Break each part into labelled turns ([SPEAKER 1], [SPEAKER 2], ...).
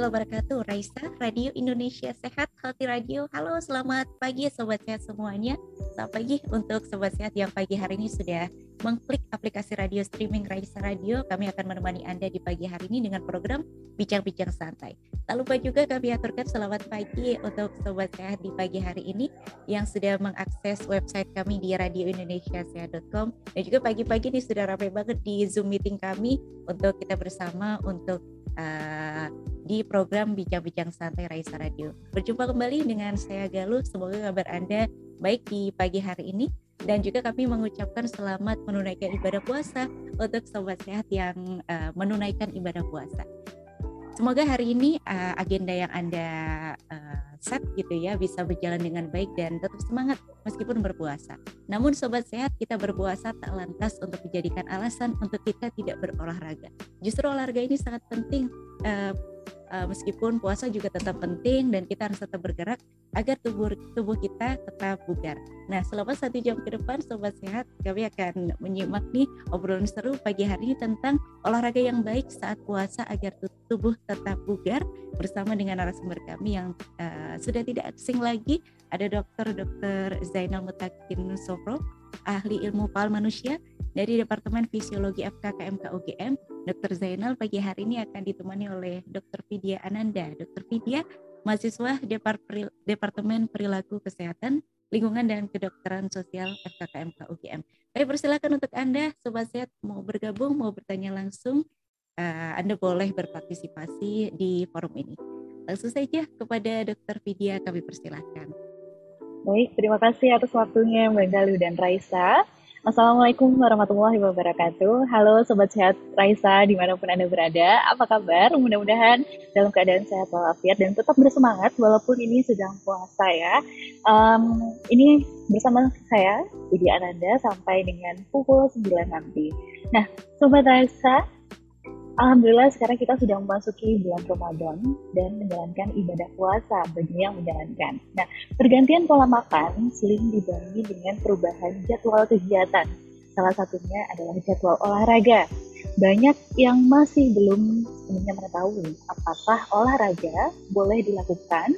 [SPEAKER 1] wabarakatuh. Raisa, Radio Indonesia Sehat, Healthy Radio. Halo, selamat pagi Sobat Sehat semuanya. Selamat pagi untuk Sobat Sehat yang pagi hari ini sudah mengklik aplikasi radio streaming Raisa Radio. Kami akan menemani Anda di pagi hari ini dengan program Bincang-Bincang Santai. Tak lupa juga kami aturkan selamat pagi untuk Sobat Sehat di pagi hari ini yang sudah mengakses website kami di radioindonesiasehat.com. Dan juga pagi-pagi ini sudah ramai banget di Zoom meeting kami untuk kita bersama untuk di program Bincang-Bincang Santai Raisa Radio. Berjumpa kembali dengan saya Galuh. Semoga kabar Anda baik di pagi hari ini. Dan juga kami mengucapkan selamat menunaikan ibadah puasa untuk Sobat Sehat yang menunaikan ibadah puasa. Semoga hari ini agenda yang Anda set gitu ya bisa berjalan dengan baik dan tetap semangat meskipun berpuasa. Namun Sobat Sehat, kita berpuasa tak lantas untuk dijadikan alasan untuk kita tidak berolahraga. Justru olahraga ini sangat penting, meskipun puasa juga tetap penting dan kita harus tetap bergerak agar tubuh kita tetap bugar. Nah, selama 1 jam ke depan Sobat Sehat, kami akan menyimak nih obrolan seru pagi hari ini tentang olahraga yang baik saat puasa agar tubuh tetap bugar bersama dengan narasumber kami yang sudah tidak asing lagi. Ada Dr. Zainal Mutakin Sofro, ahli ilmu PAL manusia dari Departemen Fisiologi FKKMK UGM. Dr. Zainal pagi hari ini akan ditemani oleh Dr. Vidya Ananda. Dr. Vidya, mahasiswa Departemen Perilaku Kesehatan, Lingkungan dan Kedokteran Sosial FKKMK UGM. Baik, persilakan untuk Anda, Sobat Sehat, mau bergabung, mau bertanya langsung, Anda boleh berpartisipasi di forum ini. Langsung saja kepada Dr. Vidya kami persilakan.
[SPEAKER 2] Baik, terima kasih atas waktunya Mbak Galuh dan Raisa. Assalamualaikum warahmatullahi wabarakatuh. Halo Sobat Sehat Raisa dimanapun Anda berada. Apa kabar? Mudah-mudahan dalam keadaan sehat walafiat dan tetap bersemangat walaupun ini sedang puasa ya. Ini bersama saya, Vidya Ananda, sampai dengan pukul 9 nanti. Nah, Sobat Raisa, alhamdulillah sekarang kita sudah memasuki bulan Ramadan dan menjalankan ibadah puasa bagi yang menjalankan. Nah, pergantian pola makan sering dibarengi dengan perubahan jadwal kegiatan. Salah satunya adalah jadwal olahraga. Banyak yang masih belum sebenarnya mengetahui apakah olahraga boleh dilakukan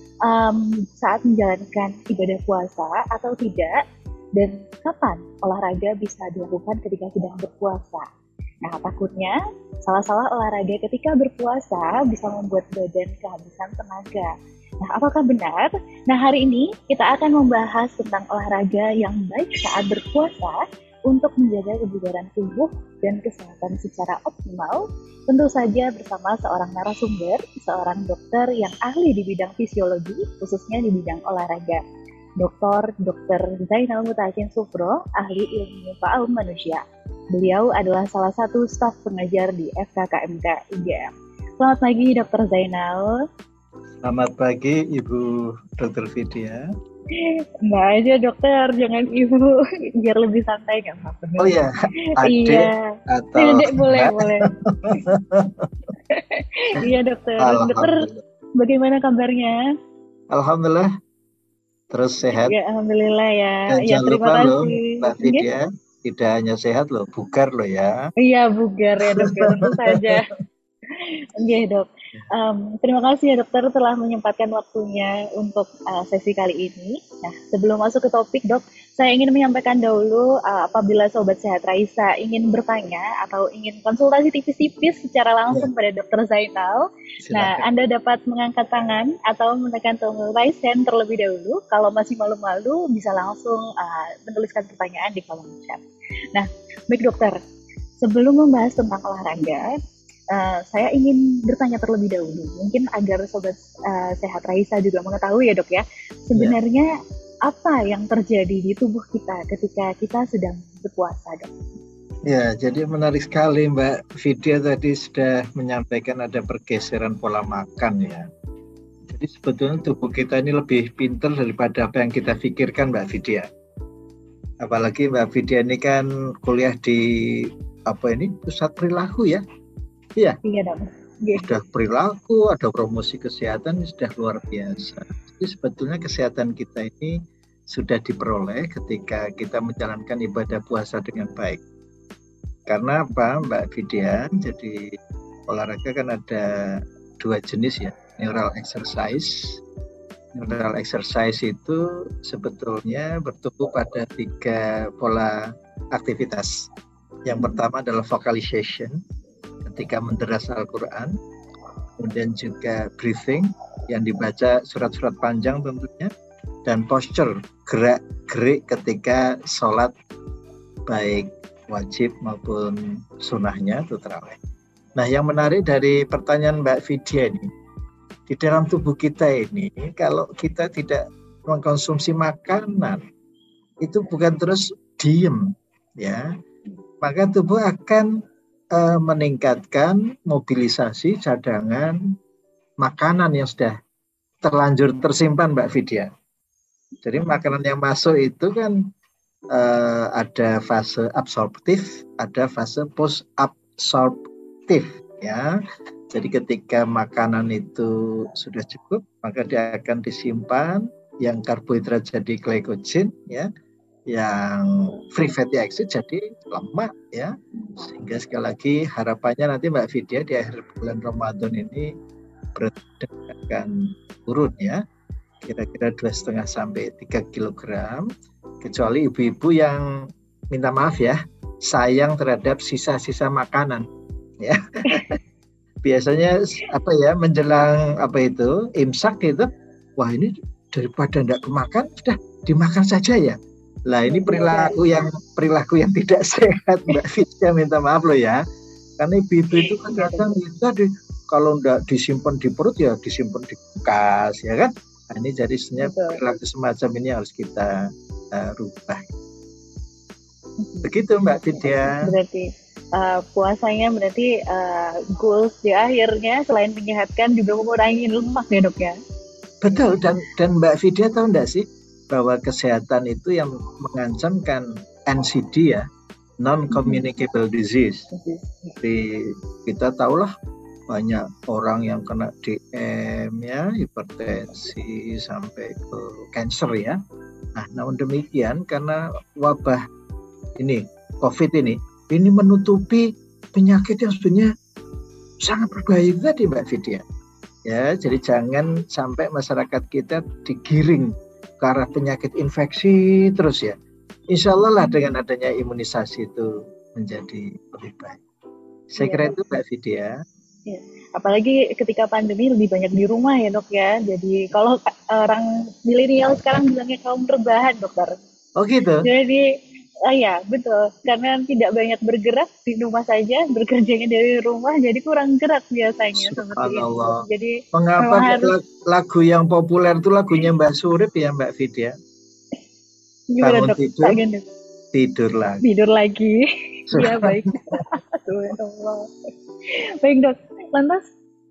[SPEAKER 2] saat menjalankan ibadah puasa atau tidak, dan kapan olahraga bisa dilakukan ketika sedang berpuasa. Nah, takutnya salah-salah olahraga ketika berpuasa bisa membuat badan kehabisan tenaga. Nah, apakah benar? Nah, hari ini kita akan membahas tentang olahraga yang baik saat berpuasa untuk menjaga kebugaran tubuh dan kesehatan secara optimal. Tentu saja bersama seorang narasumber, seorang dokter yang ahli di bidang fisiologi, khususnya di bidang olahraga. Dr. Zainal Mutakin Sofro, ahli ilmu PAL manusia. Beliau adalah salah satu staf pengajar di FKKMK UGM. Selamat pagi Dr. Zainal.
[SPEAKER 3] Selamat pagi Ibu Dr. Vidya.
[SPEAKER 2] Enggak aja dokter, jangan ibu, biar lebih santai nggak apa-apa.
[SPEAKER 3] Oh ya, adik
[SPEAKER 2] iya.
[SPEAKER 3] atau
[SPEAKER 2] Dedek boleh. Iya dokter. Dokter, bagaimana kabarnya?
[SPEAKER 3] Alhamdulillah, terus sehat.
[SPEAKER 2] Ya, alhamdulillah ya.
[SPEAKER 3] Dan
[SPEAKER 2] ya,
[SPEAKER 3] jangan
[SPEAKER 2] terima
[SPEAKER 3] lupa
[SPEAKER 2] kasih.
[SPEAKER 3] Loh, Mbak Vidya, tidak hanya sehat loh, bugar loh ya.
[SPEAKER 2] Iya, bugar ya dok, ya, tentu saja. Oke dok, terima kasih ya dokter telah menyempatkan waktunya untuk sesi kali ini. Nah, sebelum masuk ke topik dok, saya ingin menyampaikan dahulu apabila Sobat Sehat Raisa ingin bertanya atau ingin konsultasi tipis-tipis secara langsung pada Dr. Zainal, nah Anda dapat mengangkat tangan atau menekan tombol raise hand terlebih dahulu. Kalau masih malu-malu bisa langsung menuliskan pertanyaan di kolom chat. Nah, baik dokter, sebelum membahas tentang olahraga, saya ingin bertanya terlebih dahulu, mungkin agar Sobat Sehat Raisa juga mengetahui ya dok ya, sebenarnya apa yang terjadi di tubuh kita ketika kita sedang berpuasa dok?
[SPEAKER 3] Ya, jadi menarik sekali Mbak Vidya tadi sudah menyampaikan ada pergeseran pola makan ya. Jadi sebetulnya tubuh kita ini lebih pintar daripada apa yang kita pikirkan Mbak Vidya. Apalagi Mbak Vidya ini kan kuliah di pusat perilaku ya. Iya dok. Sudah perilaku, ada promosi kesehatan, sudah luar biasa. Jadi sebetulnya kesehatan kita ini sudah diperoleh ketika kita menjalankan ibadah puasa dengan baik. Karena apa Mbak Vidya? Jadi olahraga kan ada dua jenis ya, neural exercise. Neural exercise itu sebetulnya bertumbuh pada 3 pola aktivitas. Yang pertama adalah vocalization, ketika menderas Al-Quran, kemudian juga breathing, yang dibaca surat-surat panjang tentunya, dan posture, gerak-gerik ketika sholat, baik wajib maupun sunnahnya itu tarawih. Nah, yang menarik dari pertanyaan Mbak Vidya ini, di dalam tubuh kita ini, kalau kita tidak mengkonsumsi makanan, itu bukan terus diem, ya, maka tubuh akan meningkatkan mobilisasi cadangan makanan yang sudah terlanjur tersimpan, Mbak Vidya. Jadi makanan yang masuk itu kan ada fase absorptif, ada fase post absorptif, ya. Jadi ketika makanan itu sudah cukup, maka dia akan disimpan, yang karbohidrat jadi glycogen, ya, yang free fatty acid jadi lemak, ya. Sehingga sekali lagi harapannya nanti Mbak Vidya di akhir bulan Ramadan ini berat badan akan turun, ya, kira-kira 2,5 sampai 3 kilogram, kecuali ibu-ibu yang minta maaf ya, sayang terhadap sisa-sisa makanan, ya. Biasanya menjelang imsak gitu, wah ini daripada tidak kemakan, sudah dimakan saja ya. Lah ini perilaku yang tidak sehat, Mbak Vidya, minta maaf loh ya. Karena ibu-ibu itu kan kadang tadi kalau tidak disimpan di perut ya disimpan di kulkas, ya kan. Nah, ini jadi sebenarnya perilaku semacam ini harus kita rubah. Begitu Mbak Vidya.
[SPEAKER 2] Berarti puasanya berarti goals di akhirnya selain menyehatkan juga mengurangi lemak ya dok ya.
[SPEAKER 3] Betul, dan Mbak Vidya tahu enggak sih bahwa kesehatan itu yang mengancam kan NCD ya, non-communicable disease. Jadi kita tahulah banyak orang yang kena DM ya, hipertensi sampai ke cancer ya. Nah, namun demikian karena wabah ini COVID ini menutupi penyakit yang sebenarnya sangat berbahaya tadi Mbak Vidya. Ya, jadi jangan sampai masyarakat kita digiring ke arah penyakit infeksi terus ya. Insya Allah lah dengan adanya imunisasi itu menjadi lebih baik. Saya kira itu Mbak Vidya.
[SPEAKER 2] Ya. Apalagi ketika pandemi lebih banyak di rumah ya dok ya. Jadi kalau orang milenial sekarang bilangnya kaum rebahan dokter.
[SPEAKER 3] Oh gitu.
[SPEAKER 2] Jadi ya betul, karena tidak banyak bergerak di rumah saja, bekerjanya dari rumah, jadi kurang gerak biasanya seperti itu.
[SPEAKER 3] Jadi mengapa lagu yang populer itu lagunya Mbak Surip ya Mbak Vidya?
[SPEAKER 2] Gimana dok?
[SPEAKER 3] Tidur lagi.
[SPEAKER 2] Tidur lagi. Ya baik. Baik dok. Lantas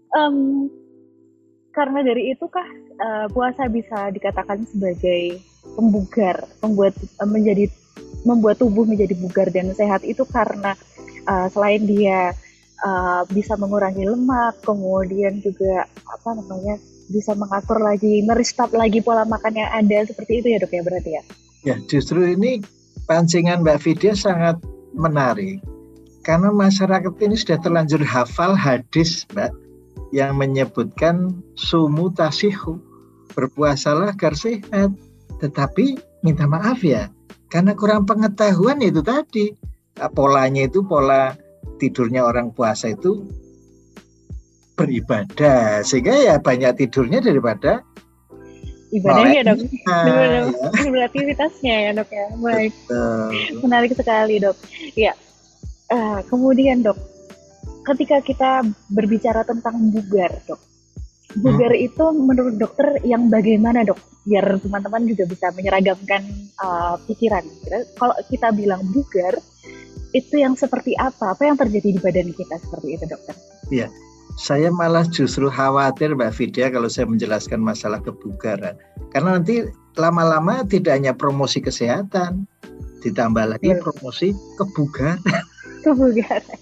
[SPEAKER 2] karena dari itu kah puasa bisa dikatakan sebagai pembugar, membuat tubuh menjadi bugar dan sehat itu karena selain dia bisa mengurangi lemak, kemudian juga bisa mengatur lagi, merestart lagi pola makan yang ada seperti itu ya dok ya berarti ya?
[SPEAKER 3] Ya justru ini pancingan Mbak Vidya sangat menarik karena masyarakat ini sudah terlanjur hafal hadis Mbak yang menyebutkan sumu tasihu, berpuasalah agar sehat, tetapi minta maaf ya karena kurang pengetahuan itu tadi, polanya itu pola tidurnya orang puasa itu beribadah, sehingga ya banyak tidurnya daripada
[SPEAKER 2] ibadahnya dok, beraktivitasnya ya dok ya. Baik, menarik sekali dok. Ya, kemudian dok, ketika kita berbicara tentang bugar dok, bugar itu menurut dokter yang bagaimana dok? Biar teman-teman juga bisa menyeragamkan pikiran. Kalau kita bilang bugar, itu yang seperti apa? Apa yang terjadi di badan kita seperti itu dokter?
[SPEAKER 3] Iya, saya malah justru khawatir Mbak Vidya kalau saya menjelaskan masalah kebugaran. Karena nanti lama-lama tidak hanya promosi kesehatan, ditambah lagi promosi kebugaran.
[SPEAKER 2] Kebugaran.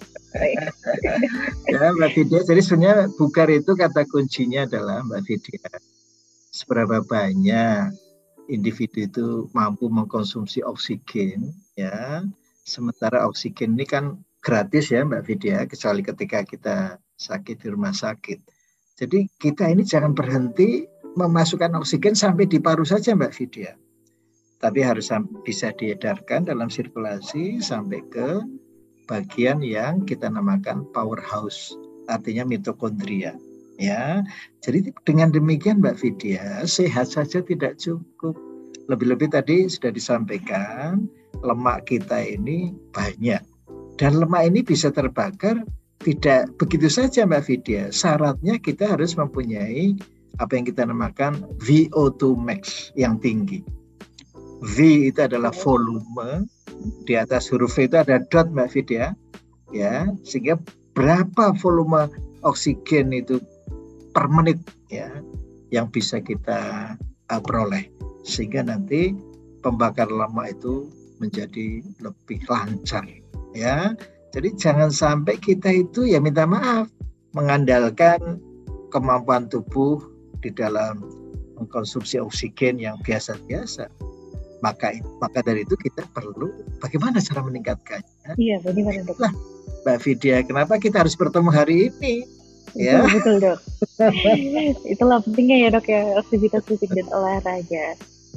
[SPEAKER 3] Ya Mbak Vidya, jadi sebenarnya bugar itu kata kuncinya adalah Mbak Vidya, seberapa banyak individu itu mampu mengkonsumsi oksigen, ya. Sementara oksigen ini kan gratis ya Mbak Vidya, kecuali ketika kita sakit di rumah sakit. Jadi kita ini jangan berhenti memasukkan oksigen sampai di paru saja Mbak Vidya. Tapi harus bisa diedarkan dalam sirkulasi sampai ke bagian yang kita namakan powerhouse, artinya mitokondria. Ya, jadi dengan demikian Mbak Vidya, sehat saja tidak cukup. Lebih-lebih tadi sudah disampaikan, lemak kita ini banyak. Dan lemak ini bisa terbakar tidak begitu saja Mbak Vidya. Syaratnya kita harus mempunyai apa yang kita namakan VO2 max yang tinggi. V itu adalah volume, di atas huruf V itu ada dot Mbak Vidya, ya, sehingga berapa volume oksigen itu per menit ya yang bisa kita peroleh, sehingga nanti pembakar lemak itu menjadi lebih lancar ya. Jadi jangan sampai kita itu ya minta maaf mengandalkan kemampuan tubuh di dalam mengkonsumsi oksigen yang biasa-biasa. Maka dari itu kita perlu bagaimana cara meningkatkannya.
[SPEAKER 2] Iya, bagaimana dok?
[SPEAKER 3] Nah, Mbak Vidya, kenapa kita harus bertemu hari ini? Ya,
[SPEAKER 2] betul dok. Itulah pentingnya ya dok ya, aktivitas fisik dan olahraga.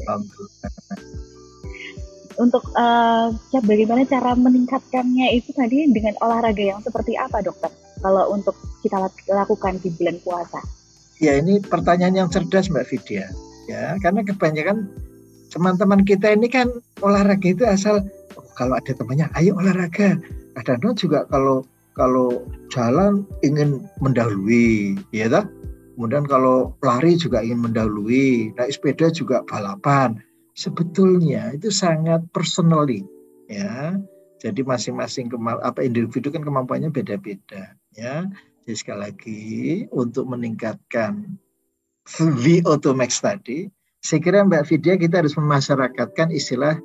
[SPEAKER 2] Untuk bagaimana cara meningkatkannya itu tadi dengan olahraga yang seperti apa dokter? Kalau untuk kita lakukan di bulan puasa?
[SPEAKER 3] Ya, ini pertanyaan yang cerdas Mbak Vidya. Ya, karena kebanyakan teman-teman kita ini kan olahraga itu asal kalau ada temannya, ayo olahraga. Kadang-kadang juga kalau jalan ingin mendahului, ya toh. Kemudian kalau lari juga ingin mendahului, naik sepeda juga balapan. Sebetulnya itu sangat personally, ya. Jadi masing-masing individu kan kemampuannya beda-beda, ya. Jadi sekali lagi untuk meningkatkan VO2 max tadi, saya kira Mbak Vidya kita harus memasyarakatkan istilah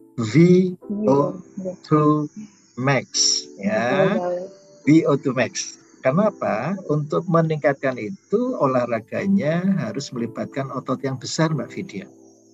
[SPEAKER 3] VO2 max, ya. VO2 max. Karena apa? Untuk meningkatkan itu olahraganya harus melibatkan otot yang besar Mbak Vidya.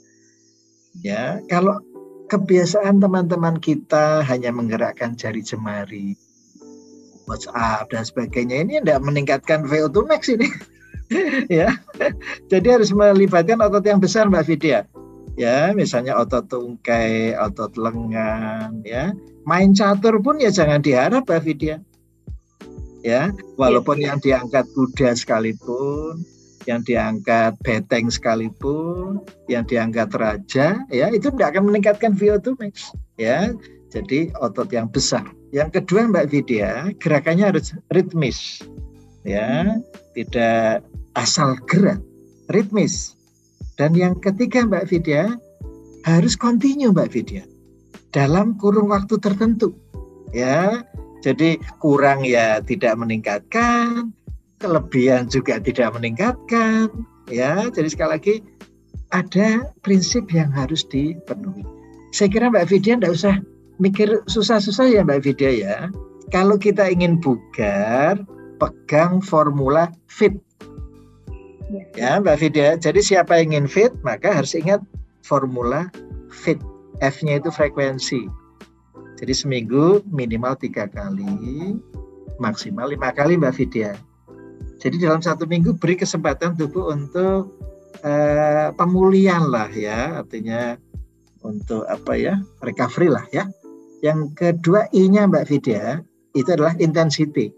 [SPEAKER 3] Ya, kalau kebiasaan teman-teman kita hanya menggerakkan jari jemari, WhatsApp dan sebagainya, ini tidak meningkatkan VO2 max ini. Ya, jadi harus melibatkan otot yang besar Mbak Vidya. Ya, misalnya otot tungkai, otot lengan, ya. Main catur pun ya jangan diharap Mbak Vidya. Ya, walaupun yang diangkat kuda sekalipun, yang diangkat beteng sekalipun, yang diangkat raja, ya itu tidak akan meningkatkan VO2 max. Ya, jadi otot yang besar. Yang kedua Mbak Vidya, gerakannya harus ritmis. Ya, tidak asal gerak, ritmis. Dan yang ketiga Mbak Vidya, harus continue Mbak Vidya dalam kurun waktu tertentu. Ya, jadi kurang ya tidak meningkatkan, kelebihan juga tidak meningkatkan. Ya, jadi sekali lagi ada prinsip yang harus dipenuhi. Saya kira Mbak Vidya tidak usah mikir susah-susah ya Mbak Vidya ya. Kalau kita ingin bugar, pegang formula FIT. Ya Mbak Vidya, jadi siapa yang ingin fit maka harus ingat formula FIT. F-nya itu frekuensi. Jadi seminggu minimal 3 kali, maksimal 5 kali Mbak Vidya. Jadi dalam 1 minggu beri kesempatan tubuh untuk pemulihan lah ya, artinya untuk recovery lah ya. Yang kedua I-nya Mbak Vidya itu adalah intensity.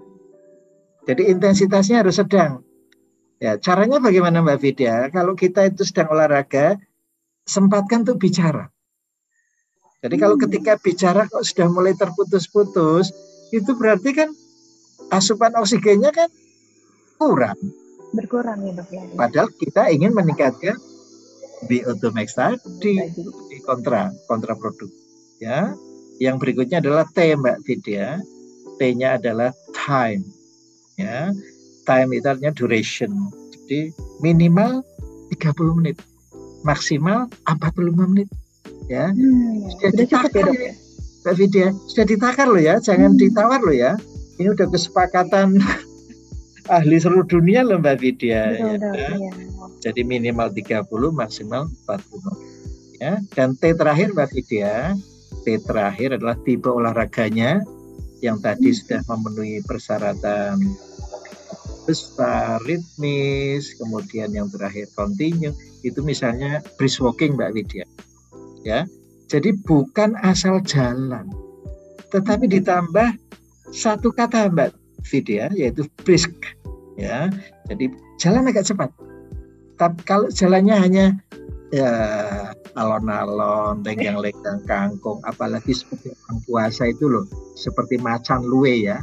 [SPEAKER 3] Jadi intensitasnya harus sedang. Ya, caranya bagaimana Mbak Vidya? Kalau kita itu sedang olahraga, sempatkan untuk bicara. Jadi kalau ketika bicara kok sudah mulai terputus-putus, itu berarti kan asupan oksigennya kan kurang.
[SPEAKER 2] Berkurang ya dok ya.
[SPEAKER 3] Padahal kita ingin meningkatkan VO2 max tadi, kontraproduktif. Ya, yang berikutnya adalah T Mbak Vidya. T-nya adalah time. Ya. Time itu artinya duration. Jadi minimal 30 menit. Maksimal 45 menit. Ya. Sudah ditakar ya, Mbak Vidya. Sudah ditakar loh ya, jangan ditawar loh ya. Ini udah kesepakatan ahli seluruh dunia loh Mbak Vidya. Ya. Jadi minimal 30, maksimal 40. Ya. Dan T terakhir Mbak Vidya, T terakhir adalah tipe olahraganya yang tadi sudah memenuhi persyaratan besar, ritmis, kemudian yang terakhir continue, itu misalnya brisk walking Mbak Widya. Ya, jadi bukan asal jalan, tetapi ditambah satu kata Mbak Widya, yaitu brisk. Ya, jadi jalan agak cepat. Tapi kalau jalannya hanya ya alon-alon, lenggang-lenggang kangkung, apalagi seperti orang puasa itu loh, seperti macan luwe ya.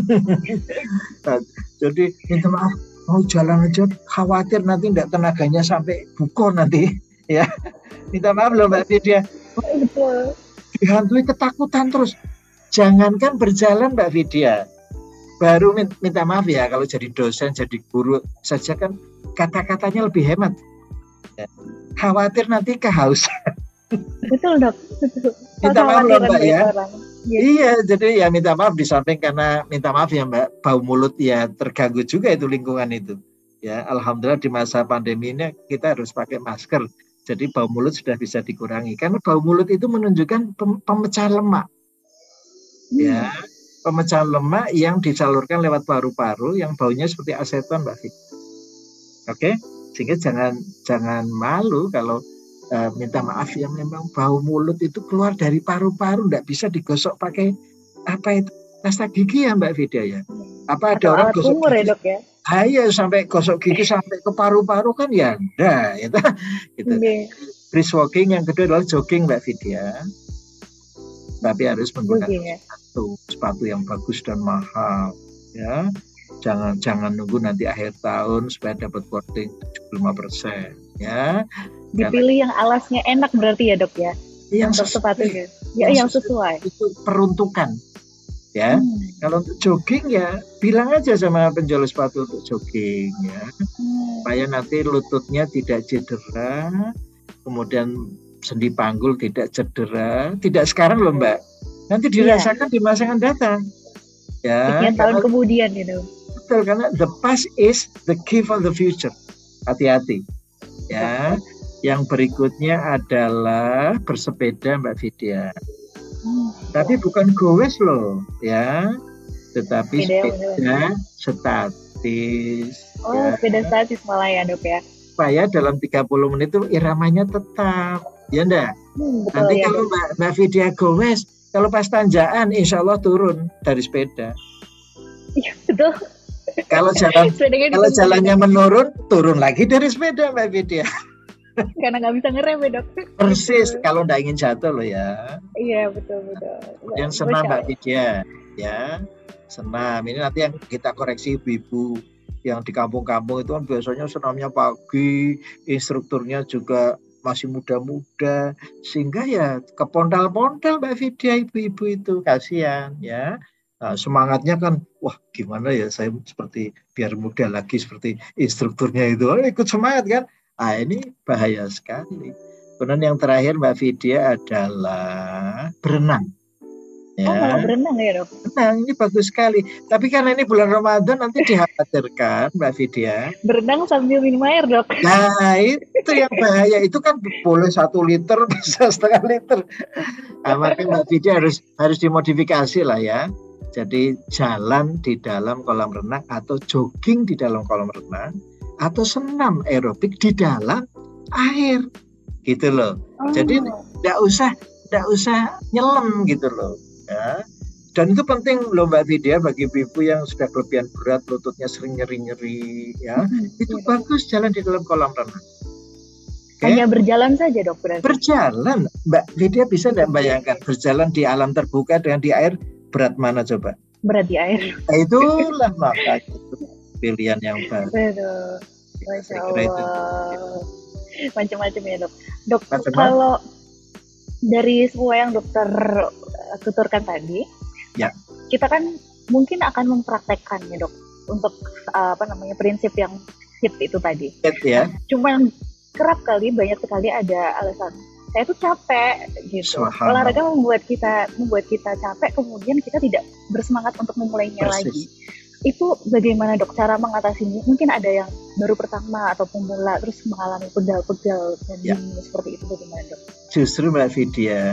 [SPEAKER 3] Nah, jadi minta maaf, mau jalan aja khawatir nanti enggak tenaganya sampai buko nanti ya. Minta maaf loh Mbak Widya.
[SPEAKER 2] Betul.
[SPEAKER 3] Dihantui ketakutan terus. Jangankan berjalan Mbak Widya, baru minta maaf ya kalau jadi dosen, jadi guru saja kan kata-katanya lebih hemat. Ya. Khawatir nanti kehausan.
[SPEAKER 2] Betul dok.
[SPEAKER 3] Minta maaf loh Mbak ya.
[SPEAKER 2] Yes.
[SPEAKER 3] Iya, jadi ya minta maaf di samping karena minta maaf ya Mbak, bau mulut ya terganggu juga itu lingkungan itu. Ya, alhamdulillah di masa pandemi ini kita harus pakai masker. Jadi bau mulut sudah bisa dikurangi karena bau mulut itu menunjukkan pemecahan lemak. Ya, pemecahan lemak yang disalurkan lewat paru-paru yang baunya seperti aseton Mbak Fit. Oke, sehingga jangan malu kalau minta maaf ya, memang bau mulut itu keluar dari paru-paru, nggak bisa digosok pakai apa itu pasta gigi ya Mbak Vida ya. Apa ada orang gosok
[SPEAKER 2] umur
[SPEAKER 3] gigi?
[SPEAKER 2] Ya dok ya.
[SPEAKER 3] Ayo sampai gosok gigi sampai ke paru-paru kan ya enggak gitu. Gitu. Brisk walking yang kedua adalah jogging Mbak Vidya. Tapi harus menggunakan sepatu yang bagus dan mahal ya. Jangan nunggu nanti akhir tahun supaya dapat costing 75% ya.
[SPEAKER 2] Dipilih yang alasnya enak berarti ya dok ya. Yang sepatunya. Ya yang sesuai. Itu
[SPEAKER 3] peruntukan. Ya, kalau untuk jogging ya bilang aja sama penjual sepatu untuk jogging ya, supaya nanti lututnya tidak cedera, kemudian sendi panggul tidak cedera, tidak sekarang loh Mbak, nanti dirasakan di masa yang datang. Ya,
[SPEAKER 2] sekian tahun kemudian gitu.
[SPEAKER 3] Betul, karena the past is the key for the future. Hati-hati. Ya, yang berikutnya adalah bersepeda Mbak Vidya. Tapi bukan goes loh ya, tetapi sepeda statis.
[SPEAKER 2] Ya. Sepeda statis malah ya dok ya.
[SPEAKER 3] Supaya dalam 30 menit itu iramanya tetap, ya enggak? Nanti ya, kalau Mbak Vidya goes, kalau pas tanjakan insya Allah turun dari sepeda.
[SPEAKER 2] Iya betul.
[SPEAKER 3] Kalau jalannya menurun, turun lagi dari sepeda Mbak Vidya.
[SPEAKER 2] Karena nggak bisa ngerem ya dok.
[SPEAKER 3] Persis, kalau nggak ingin jatuh loh ya.
[SPEAKER 2] Iya betul.
[SPEAKER 3] Yang senam Mbak Vidya ya, senam ini nanti yang kita koreksi ibu-ibu yang di kampung-kampung itu kan biasanya senamnya pagi, instrukturnya juga masih muda-muda, sehingga ya kepontal-pontal Mbak Vidya ibu-ibu itu, kasihan ya. Nah, semangatnya kan, wah gimana ya saya seperti biar muda lagi seperti instrukturnya itu, ikut semangat kan. Ah ini bahaya sekali. Kemudian yang terakhir Mbak Vidya adalah berenang.
[SPEAKER 2] Ya. Oh malah berenang ya dok?
[SPEAKER 3] Berenang ini bagus sekali. Tapi karena ini bulan Ramadan nanti dikhawatirkan Mbak Vidya.
[SPEAKER 2] Berenang sambil minum air dok?
[SPEAKER 3] Nah itu yang bahaya. Itu kan boleh 1 liter bisa 1,5 liter. Nah, makanya Mbak Vidya harus dimodifikasi lah ya. Jadi jalan di dalam kolam renang atau jogging di dalam kolam renang, atau senam aerobik di dalam air gitu loh. Jadi tidak usah nyelam gitu loh ya. Dan itu penting loh Mbak Vidya bagi ibu yang sudah kelebihan berat, lututnya sering nyeri-nyeri ya. Itu bagus jalan di dalam kolam renang.
[SPEAKER 2] Hanya berjalan saja dok berarti? Berjalan.
[SPEAKER 3] Mbak Vidya bisa tidak bayangkan berjalan di alam terbuka dengan di air, berat mana coba?
[SPEAKER 2] Berat di air.
[SPEAKER 3] Nah, itulah maka itu pilihan yang baik.
[SPEAKER 2] Betul. Masya Allah. Macam-macam ya dok. Dok, kalau dari semua yang dokter tuturkan tadi,
[SPEAKER 3] ya,
[SPEAKER 2] kita kan mungkin akan mempraktekkannya dok untuk prinsip yang HIIT itu tadi.
[SPEAKER 3] Ya.
[SPEAKER 2] Cuma kerap kali banyak sekali ada alasan. Saya tuh capek gitu. Olahraga membuat kita capek, kemudian kita tidak bersemangat untuk memulainya lagi. Itu bagaimana dok cara mengatasinya? Mungkin ada yang baru pertama atau pemula terus mengalami pegal-pegal dan seperti itu, bagaimana dok?
[SPEAKER 3] Justru Mbak Vidya,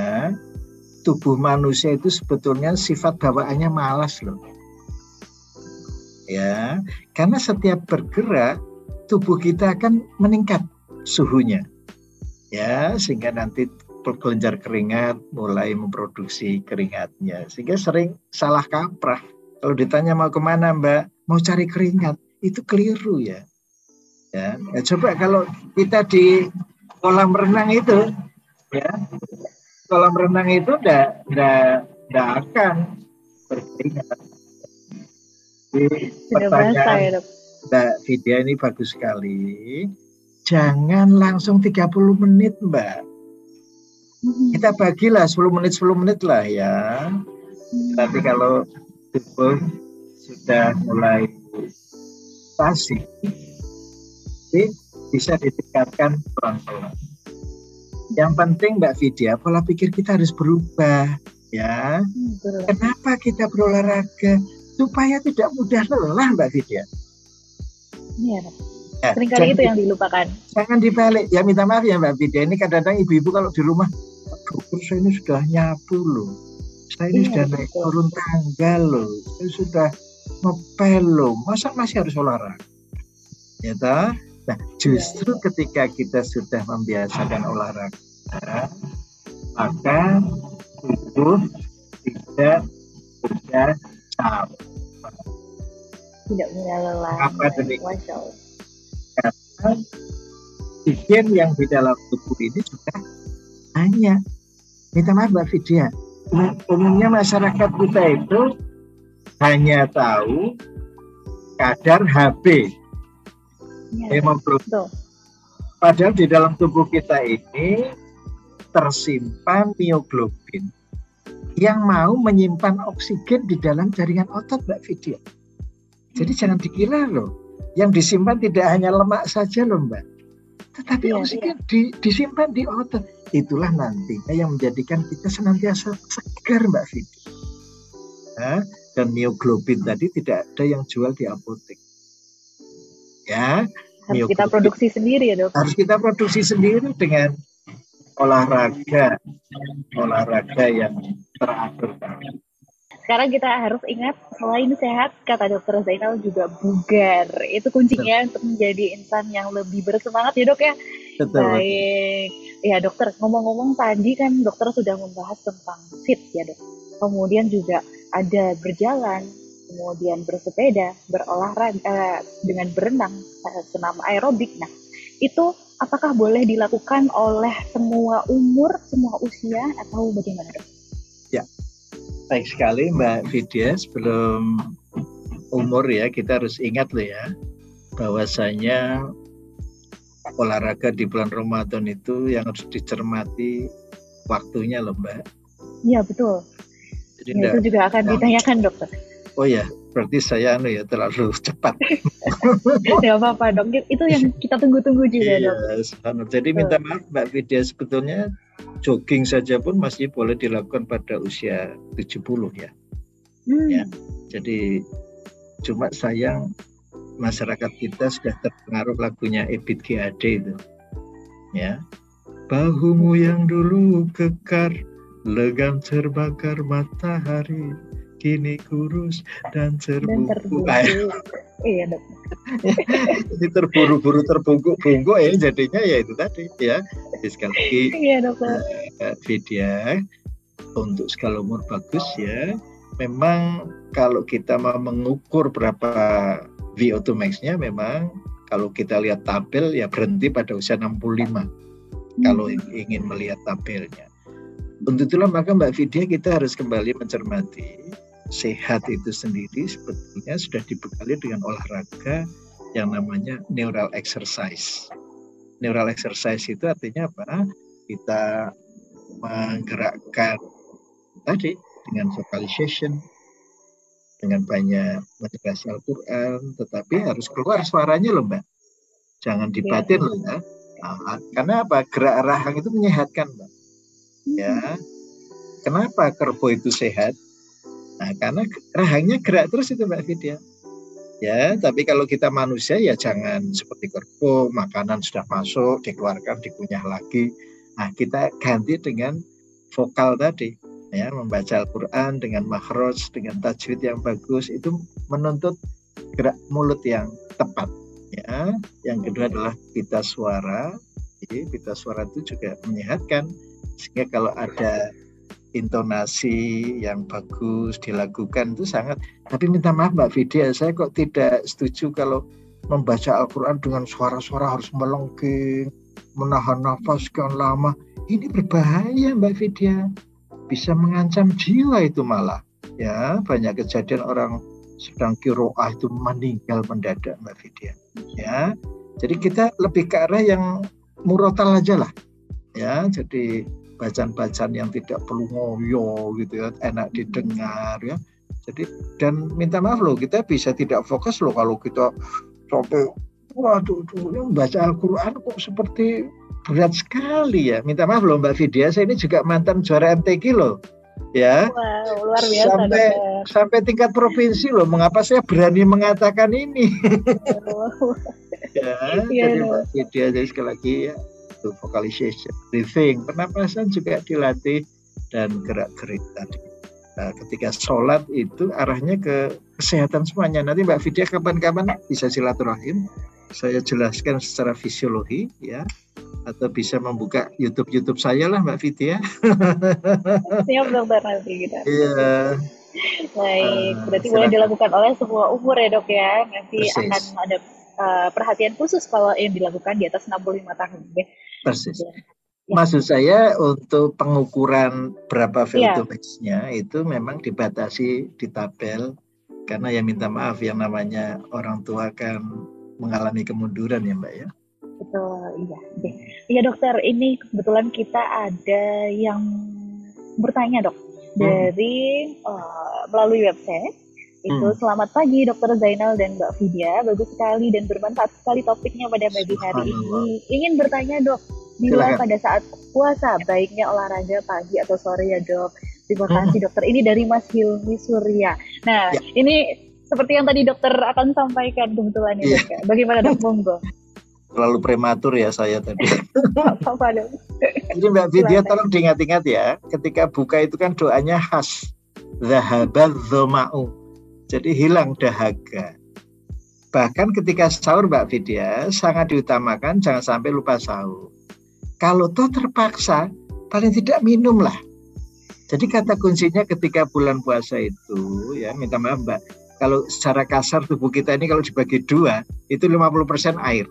[SPEAKER 3] tubuh manusia itu sebetulnya sifat bawaannya malas loh. ya. Karena setiap bergerak tubuh kita akan meningkat suhunya, ya, sehingga nanti kelenjar keringat mulai memproduksi keringatnya, sehingga sering salah kaprah. Kalau ditanya mau kemana Mbak, mau cari keringat, itu keliru ya. Ya, coba kalau kita di kolam renang itu, ya, kolam renang itu nggak akan berkeringat. Pertanyaan
[SPEAKER 2] ya, Dok.
[SPEAKER 3] Mbak Vidya ini bagus sekali. Jangan langsung 30 menit Mbak. Kita bagilah 10 menit lah ya. Tapi kalau tubuh sudah mulai pasif, bisa ditingkatkan pelan-pelan. Yang penting Mbak Vidya, pola pikir kita harus berubah ya. Kenapa kita berolahraga? Supaya tidak mudah lelah Mbak Vidya.
[SPEAKER 2] Iya. Ya, seringkali itu yang dilupakan.
[SPEAKER 3] Jangan dibalik. Ya minta maaf ya Mbak Vidya, ini kadang-kadang ibu-ibu kalau di rumah, dokter saya ini sudah nyapu loh. Saya ini sudah naik turun tangga loh. Saya sudah ngepel loh. Masa masih harus olahraga? Ya toh? Nah, justru ketika kita sudah membiasakan olahraga, maka tubuh tidak mudah capek.
[SPEAKER 2] Tidak mudah lelah.
[SPEAKER 3] Apa demikian? Karena oksigen yang di dalam tubuh ini juga banyak. Minta maaf Mbak Vidya, umumnya masyarakat kita itu hanya tahu kadar HB. Hemoglobin. Padahal di dalam tubuh kita ini tersimpan mioglobin yang mau menyimpan oksigen di dalam jaringan otot Mbak Vidya. Jadi jangan dikira loh, yang disimpan tidak hanya lemak saja loh Mbak, tetapi oksigen disimpan di otot. Itulah nantinya yang menjadikan kita senantiasa segar Mbak Vidya. Nah, dan mioglobin tadi tidak ada yang jual di apotek. Ya,
[SPEAKER 2] harus kita produksi sendiri ya Dok.
[SPEAKER 3] Harus kita produksi sendiri dengan olahraga yang teratur.
[SPEAKER 2] Sekarang kita harus ingat, selain sehat, kata Dokter Zainal juga bugar. Itu kuncinya untuk menjadi insan yang lebih bersemangat ya Dok ya.
[SPEAKER 3] Betul.
[SPEAKER 2] Baik. Ya Dokter, ngomong-ngomong tadi kan Dokter sudah membahas tentang fit ya Dok. Kemudian juga ada berjalan, kemudian bersepeda, berolahraga, dengan berenang, senam aerobik. Nah, itu apakah boleh dilakukan oleh semua umur, semua usia, atau bagaimana Dok?
[SPEAKER 3] Ya, baik sekali Mbak Vidya. Sebelum umur ya, kita harus ingat loh ya, bahwasanya olahraga di bulan Ramadan itu yang harus dicermati waktunya loh Mbak.
[SPEAKER 2] Iya betul. Jadi ya, itu juga akan ditanyakan Dokter.
[SPEAKER 3] Oh ya, berarti saya terlalu cepat.
[SPEAKER 2] Tidak apa-apa Dok, itu yang kita tunggu-tunggu juga Dok.
[SPEAKER 3] Jadi minta maaf Mbak Vidya, sebetulnya jogging saja pun masih boleh dilakukan pada usia 70 ya. Ya. Jadi cuma sayang masyarakat kita sudah terpengaruh lagunya Ebit GAD itu. Ya. Bahumu yang dulu kekar, legam terbakar matahari, kini kurus dan terbungkuk.
[SPEAKER 2] Iya Dok.
[SPEAKER 3] Ini terburu-buru terbungkuk-bungkuk ya jadinya ya itu tadi ya. Jadi sekali lagi
[SPEAKER 2] iya Dokter.
[SPEAKER 3] Vidya, untuk skala umur bagus ya. Memang kalau kita mau mengukur berapa VO2 max-nya, memang kalau kita lihat tabel ya berhenti pada usia 65. Kalau ingin melihat tabelnya. Untuk itulah maka Mbak Vidya kita harus kembali mencermati sehat itu sendiri sebetulnya sudah dibekali dengan olahraga yang namanya neural exercise. Neural exercise itu artinya apa? Kita menggerakkan tadi dengan vocalization, dengan banyak membaca Al-Quran, tetapi harus keluar suaranya loh Mbak. Jangan dibatin loh ya. Nah, karena apa? Gerak rahang itu menyehatkan Mbak. Ya, kenapa kerbau itu sehat? Nah, karena rahangnya gerak terus itu Mbak Vidya. Ya, tapi kalau kita manusia ya jangan seperti kerbau, makanan sudah masuk, dikeluarkan, dikunyah lagi. Nah, kita ganti dengan vokal tadi, ya, membaca Al-Quran dengan makhraj, dengan tajwid yang bagus, itu menuntut gerak mulut yang tepat ya. Yang kedua adalah pita suara. Jadi pita suara itu juga menyehatkan, sehingga kalau ada intonasi yang bagus dilakukan itu sangat. Tapi minta maaf Mbak Vidya, saya kok tidak setuju kalau membaca Al-Quran dengan suara-suara harus melengking, menahan nafas sekian lama. Ini berbahaya Mbak Vidya, bisa mengancam jiwa itu malah. Ya, banyak kejadian orang sedang qiraah itu meninggal mendadak Mbak Vidya. Ya, jadi kita lebih ke arah yang murotal aja lah. Ya, jadi bacaan-bacaan yang tidak perlu ngoyo gitu ya, enak didengar ya. Jadi dan minta maaf loh, kita bisa tidak fokus loh kalau kita sampai waduh membaca Al-Quran kok seperti berat sekali ya. Minta maaf loh Mbak Vidya, saya ini juga mantan juara MTQ loh. Ya.
[SPEAKER 2] Wow, luar biasa.
[SPEAKER 3] Sampai tingkat provinsi loh. Mengapa saya berani mengatakan ini? Ya, jadi Mbak Vidya, jadi sekali lagi ya, vocalization, breathing, pernapasan juga dilatih, dan gerak-gerik tadi. Nah, ketika sholat itu arahnya ke kesehatan semuanya. Nanti Mbak Vidya kapan-kapan bisa silaturahim, saya jelaskan secara fisiologi ya, atau bisa membuka YouTube saya lah Mbak Vidya.
[SPEAKER 2] Siap dokter nanti kita.
[SPEAKER 3] Iya.
[SPEAKER 2] Baik, berarti boleh dilakukan oleh semua umur ya dok ya. Nanti
[SPEAKER 3] persis.
[SPEAKER 2] Akan ada perhatian khusus kalau yang dilakukan di atas 65 tahun.
[SPEAKER 3] Persis. Ya. Maksud saya untuk pengukuran berapa VO2max-nya itu memang dibatasi di tabel, karena ya minta maaf yang namanya orang tua kan mengalami kemunduran ya Mbak ya.
[SPEAKER 2] Betul, iya. Iya dokter, ini kebetulan kita ada yang bertanya dok dari melalui website. Itu selamat pagi Dr. Zainal dan Mbak Vidya, bagus sekali dan bermanfaat sekali topiknya pada pagi hari ini. Ingin bertanya dok, bila pada saat puasa baiknya olahraga pagi atau sore ya dok? Terima kasih dokter. Ini dari Mas Hilmi Surya. Nah ini seperti yang tadi dokter akan sampaikan kebetulan ya dok. Bagaimana dok, monggo?
[SPEAKER 3] Terlalu prematur ya saya tadi.
[SPEAKER 2] Apa dok?
[SPEAKER 3] Jadi Mbak Vidya tolong diingat-ingat ya, ketika buka itu kan doanya khas, zahabal dhoma'u. Jadi hilang dahaga. Bahkan ketika sahur Mbak Vidya sangat diutamakan jangan sampai lupa sahur. Kalau toh terpaksa paling tidak minum lah. Jadi kata kuncinya ketika bulan puasa itu ya, minta maaf Mbak, kalau secara kasar tubuh kita ini kalau dibagi dua itu 50% air,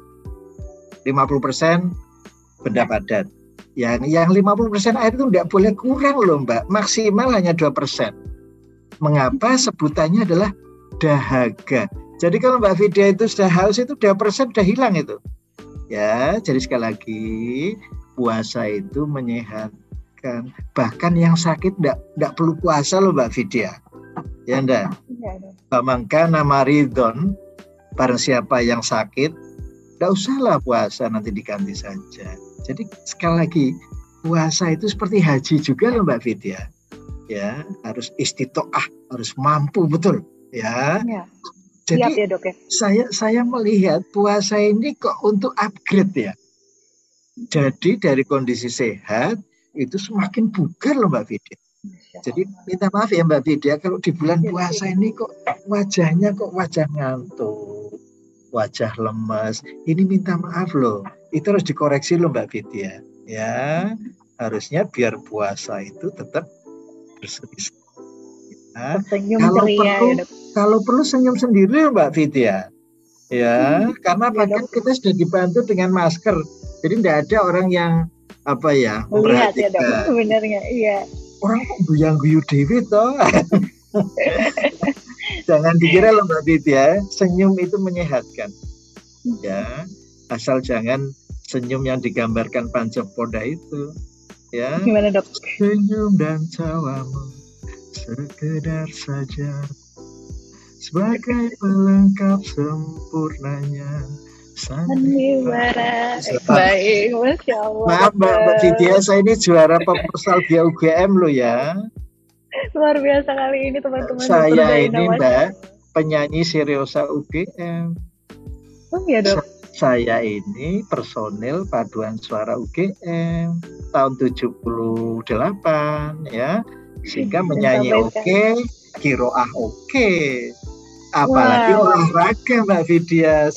[SPEAKER 3] 50% benda padat. Yang 50% air itu tidak boleh kurang loh Mbak, maksimal hanya 2%. Mengapa sebutannya adalah dahaga? Jadi kalau Mbak Vidya itu sudah haus itu 2% sudah hilang itu. Ya, jadi sekali lagi puasa itu menyehatkan. Bahkan yang sakit tidak perlu puasa loh Mbak Vidya. Ya enggak? Bamangka nama ridon, barang siapa yang sakit, tidak usahlah puasa, nanti diganti saja. Jadi sekali lagi puasa itu seperti haji juga loh Mbak Vidya. Ya, harus istitoah, harus mampu betul ya. Jadi
[SPEAKER 2] ya, dok, ya.
[SPEAKER 3] Saya melihat puasa ini kok untuk upgrade ya. Jadi dari kondisi sehat itu semakin bugar loh Mbak Vidya. Jadi minta maaf ya Mbak Vidya, kalau di bulan puasa ini kok wajahnya kok wajah ngantuk, wajah lemas. Ini minta maaf loh, itu harus dikoreksi loh Mbak Vidya. Ya, harusnya biar puasa itu tetap berseri-seri. Ya. Kalau perlu senyum sendiri Mbak Vidya. Ya, karena bahkan kita sudah dibantu dengan masker. Jadi tidak ada orang yang
[SPEAKER 2] melihat ya dok, sebenarnya iya.
[SPEAKER 3] Orang kok guyang-guyu dewi toh. Jangan dikira loh Mbak Vidya, senyum itu menyehatkan. Ya, asal jangan senyum yang digambarkan Pancapoda itu. Ya.
[SPEAKER 2] Gimana dok?
[SPEAKER 3] Senyum dan tawamu sekedar saja sebagai pelengkap sempurnanya
[SPEAKER 2] sandiwara. Baik, Masya Allah.
[SPEAKER 3] Maaf Mbak Vidya, saya ini juara nostalgia UGM loh ya.
[SPEAKER 2] Luar biasa kali ini teman-teman.
[SPEAKER 3] Saya ini Mbak penyanyi Seriosa UGM.
[SPEAKER 2] Oh iya dok.
[SPEAKER 3] Saya ini personil paduan suara UGM tahun 78 ya, sehingga menyanyi oke, qiraah oke. Apalagi
[SPEAKER 2] Wow.
[SPEAKER 3] olahraga Mbak Vidya,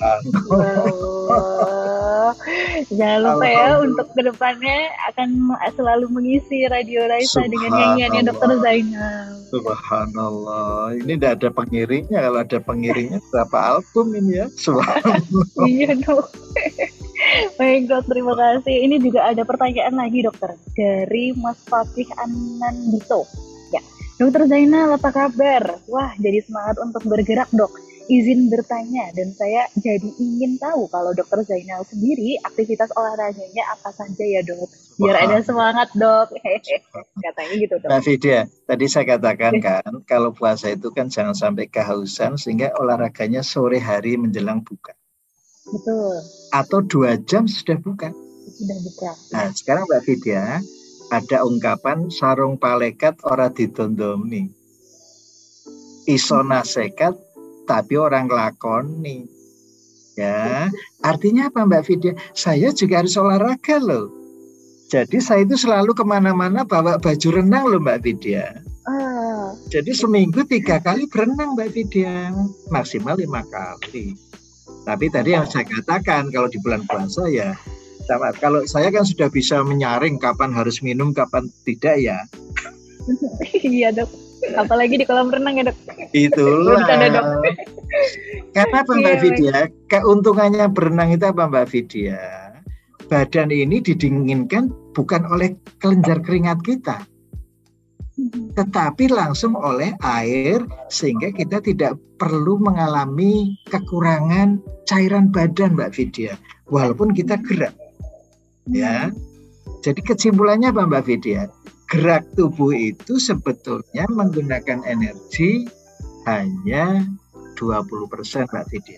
[SPEAKER 2] Wow. Jangan lupa ya untuk
[SPEAKER 3] Alhamdulillah.
[SPEAKER 2] kedepannya akan selalu mengisi Radio Raisa dengan nyanyiannya Dokter
[SPEAKER 3] Subhanallah.
[SPEAKER 2] Zainal.
[SPEAKER 3] Subhanallah. Ini tidak ada pengiringnya. Kalau ada pengiringnya berapa album ini ya? Subhanallah.
[SPEAKER 2] Iya dok. Baik dok, terima kasih. Ini juga ada pertanyaan lagi dokter dari Mas Fakih Anandito. Ya, Dokter Zainal apa kabar? Wah, jadi semangat untuk bergerak dok. Izin bertanya dan saya jadi ingin tahu kalau Dokter Zainal sendiri aktivitas olahraganya apa saja ya dok? Biar ada semangat dok. Katanya gitu dok.
[SPEAKER 3] Mbak Vidya, tadi saya katakan kan, kalau puasa itu kan jangan sampai kehausan sehingga olahraganya sore hari menjelang buka.
[SPEAKER 2] Betul.
[SPEAKER 3] Atau 2 jam sudah buka.
[SPEAKER 2] Sudah buka.
[SPEAKER 3] Nah, sekarang Mbak Vidya, ada ungkapan sarung palekat ora ditondomi. Iso nasekat tapi orang lakoni. Ya, artinya apa Mbak Vidya? Saya juga harus olahraga loh. Jadi saya itu selalu kemana-mana bawa baju renang loh Mbak Vidya. Jadi seminggu 3 kali berenang Mbak Vidya, maksimal 5 kali. Tapi tadi yang saya katakan kalau di bulan puasa ya, kalau saya kan sudah bisa menyaring kapan harus minum, kapan tidak ya.
[SPEAKER 2] Iya dok. Apalagi di kolam renang ya dok.
[SPEAKER 3] Itulah.
[SPEAKER 2] Dok.
[SPEAKER 3] Karena apa Mbak Vidya? Keuntungannya berenang itu apa Mbak Vidya? Badan ini didinginkan bukan oleh kelenjar keringat kita, tetapi langsung oleh air sehingga kita tidak perlu mengalami kekurangan cairan badan Mbak Vidya walaupun kita gerak ya. Jadi kesimpulannya apa Mbak Vidya? Gerak tubuh itu sebetulnya menggunakan energi hanya 20% Mbak Vidya.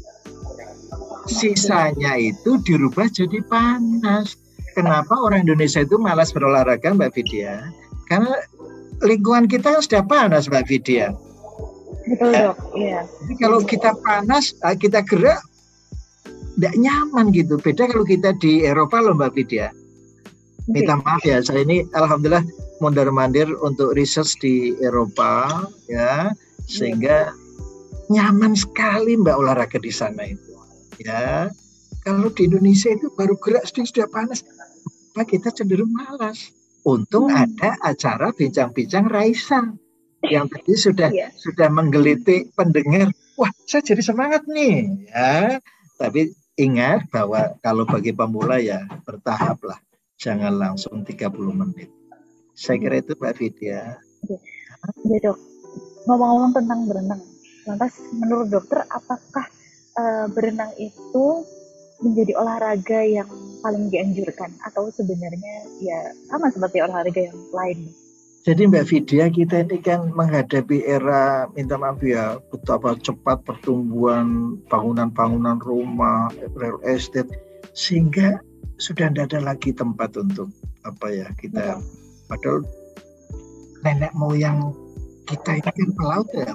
[SPEAKER 3] Sisanya itu dirubah jadi panas. Kenapa orang Indonesia itu malas berolahraga Mbak Vidya? Karena lingkungan kita sudah panas Mbak Vidya.
[SPEAKER 2] Betul dok. Iya.
[SPEAKER 3] Jadi kalau kita panas, kita gerak, tidak nyaman gitu. Beda kalau kita di Eropa loh Mbak Vidya. Minta maaf ya, saya ini alhamdulillah mondar-mandir untuk research di Eropa ya, sehingga nyaman sekali Mbak olahraga di sana itu. Ya, kalau di Indonesia itu baru gerak sudah panas, kita cenderung malas. Untung ada acara bincang-bincang Raisa yang tadi sudah menggelitik pendengar. Wah, saya jadi semangat nih ya. Tapi ingat bahwa kalau bagi pemula ya bertahap lah. Jangan langsung 30 menit. Saya kira itu Mbak Vidya.
[SPEAKER 2] Ya dok, ngomong-ngomong tentang berenang, lantas menurut dokter apakah berenang itu menjadi olahraga yang paling dianjurkan atau sebenarnya ya sama seperti olahraga yang lain?
[SPEAKER 3] Jadi Mbak Vidya, kita ini kan menghadapi era, minta maaf ya, betapa cepat pertumbuhan bangunan-bangunan rumah, real estate, sehingga sudah tidak ada lagi tempat untuk kita. Padahal nenek moyang kita ini kan pelaut ya,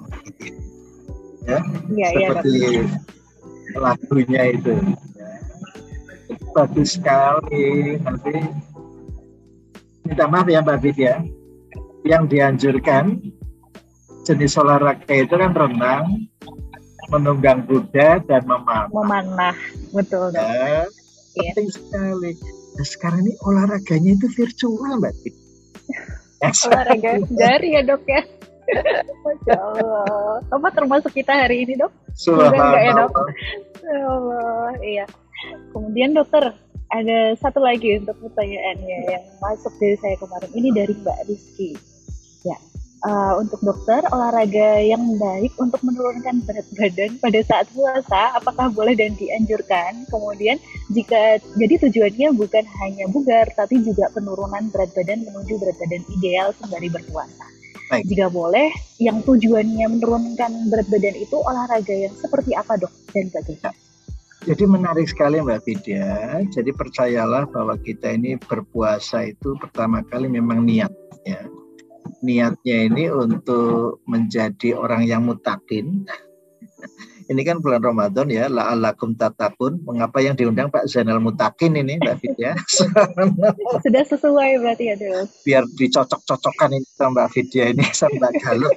[SPEAKER 3] seperti lagunya itu. Bagus sekali. Nanti minta maaf ya Mbak Vidya, yang dianjurkan jenis olahraga itu kan renang, menunggang kuda dan memanah.
[SPEAKER 2] Betul.
[SPEAKER 3] Ya, penting sekali. Nah, sekarang ini olahraganya itu virtual Mbak Vidya.
[SPEAKER 2] Olahraga jari ya dok ya. Masya Allah. Apa termasuk kita hari ini dok? Enggak ya dok? Ya Allah, iya. Kemudian dokter, ada satu lagi untuk pertanyaannya yang masuk dari saya kemarin. Ini dari Mbak Rizky. Ya, untuk dokter, olahraga yang baik untuk menurunkan berat badan pada saat puasa, apakah boleh dan dianjurkan? Kemudian, jika jadi tujuannya bukan hanya bugar, tapi juga penurunan berat badan menuju berat badan ideal sembari berpuasa. Baik. Jika boleh, yang tujuannya menurunkan berat badan itu olahraga yang seperti apa dok dan bagaimana?
[SPEAKER 3] Jadi menarik sekali Mbak Vidya. Jadi percayalah bahwa kita ini berpuasa itu pertama kali memang niatnya. Niatnya ini untuk menjadi orang yang mutakin, ini kan bulan Ramadan ya, la'allakum tattaqun. Mengapa yang diundang Pak Zainal Mutakin ini Mbak Vidya?
[SPEAKER 2] Sudah sesuai berarti ya Dok.
[SPEAKER 3] Biar dicocok-cocokkan ini sama Mbak Vidya ini sama Mbak Galuh.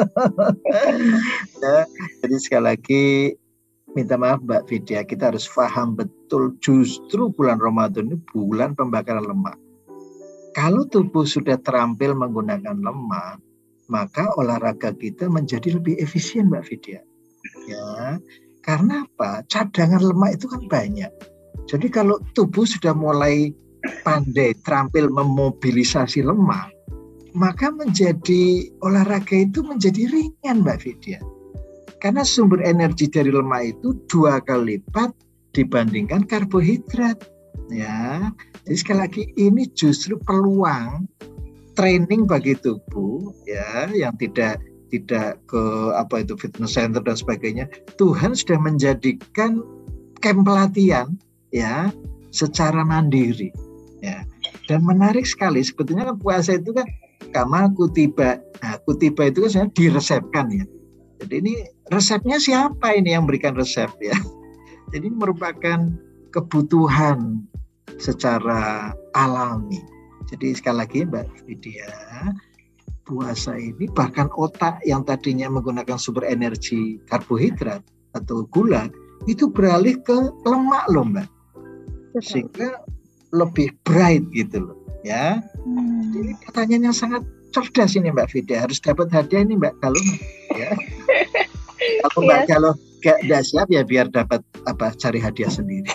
[SPEAKER 3] Ya, jadi sekali lagi minta maaf Mbak Vidya, kita harus paham betul justru bulan Ramadan ini bulan pembakaran lemak. Kalau tubuh sudah terampil menggunakan lemak, maka olahraga kita menjadi lebih efisien Mbak Vidya. Ya, karena apa? Cadangan lemak itu kan banyak. Jadi kalau tubuh sudah mulai pandai terampil memobilisasi lemak, maka menjadi olahraga itu menjadi ringan Mbak Vidya. Karena sumber energi dari lemak itu 2 kali lipat dibandingkan karbohidrat. Ya, jadi sekali lagi ini justru peluang training bagi tubuh ya yang tidak ke fitness center dan sebagainya. Tuhan sudah menjadikan camp pelatihan ya secara mandiri ya. Dan menarik sekali sebetulnya kan puasa itu kan kama kutiba. Nah, kutiba itu kan sebenarnya diresepkan ya. Jadi ini resepnya siapa ini yang berikan resep ya? Jadi merupakan kebutuhan secara alami. Jadi sekali lagi Mbak Vidya, puasa ini bahkan otak yang tadinya menggunakan sumber energi karbohidrat atau gula itu beralih ke lemak loh Mbak. Sehingga lebih bright gitu loh ya. Jadi pertanyaan yang sangat cerdas ini Mbak Vidya, harus dapat hadiah ini Mbak Galuh ya. Kalau Mbak Galuh gak siap ya biar dapat cari hadiah sendiri.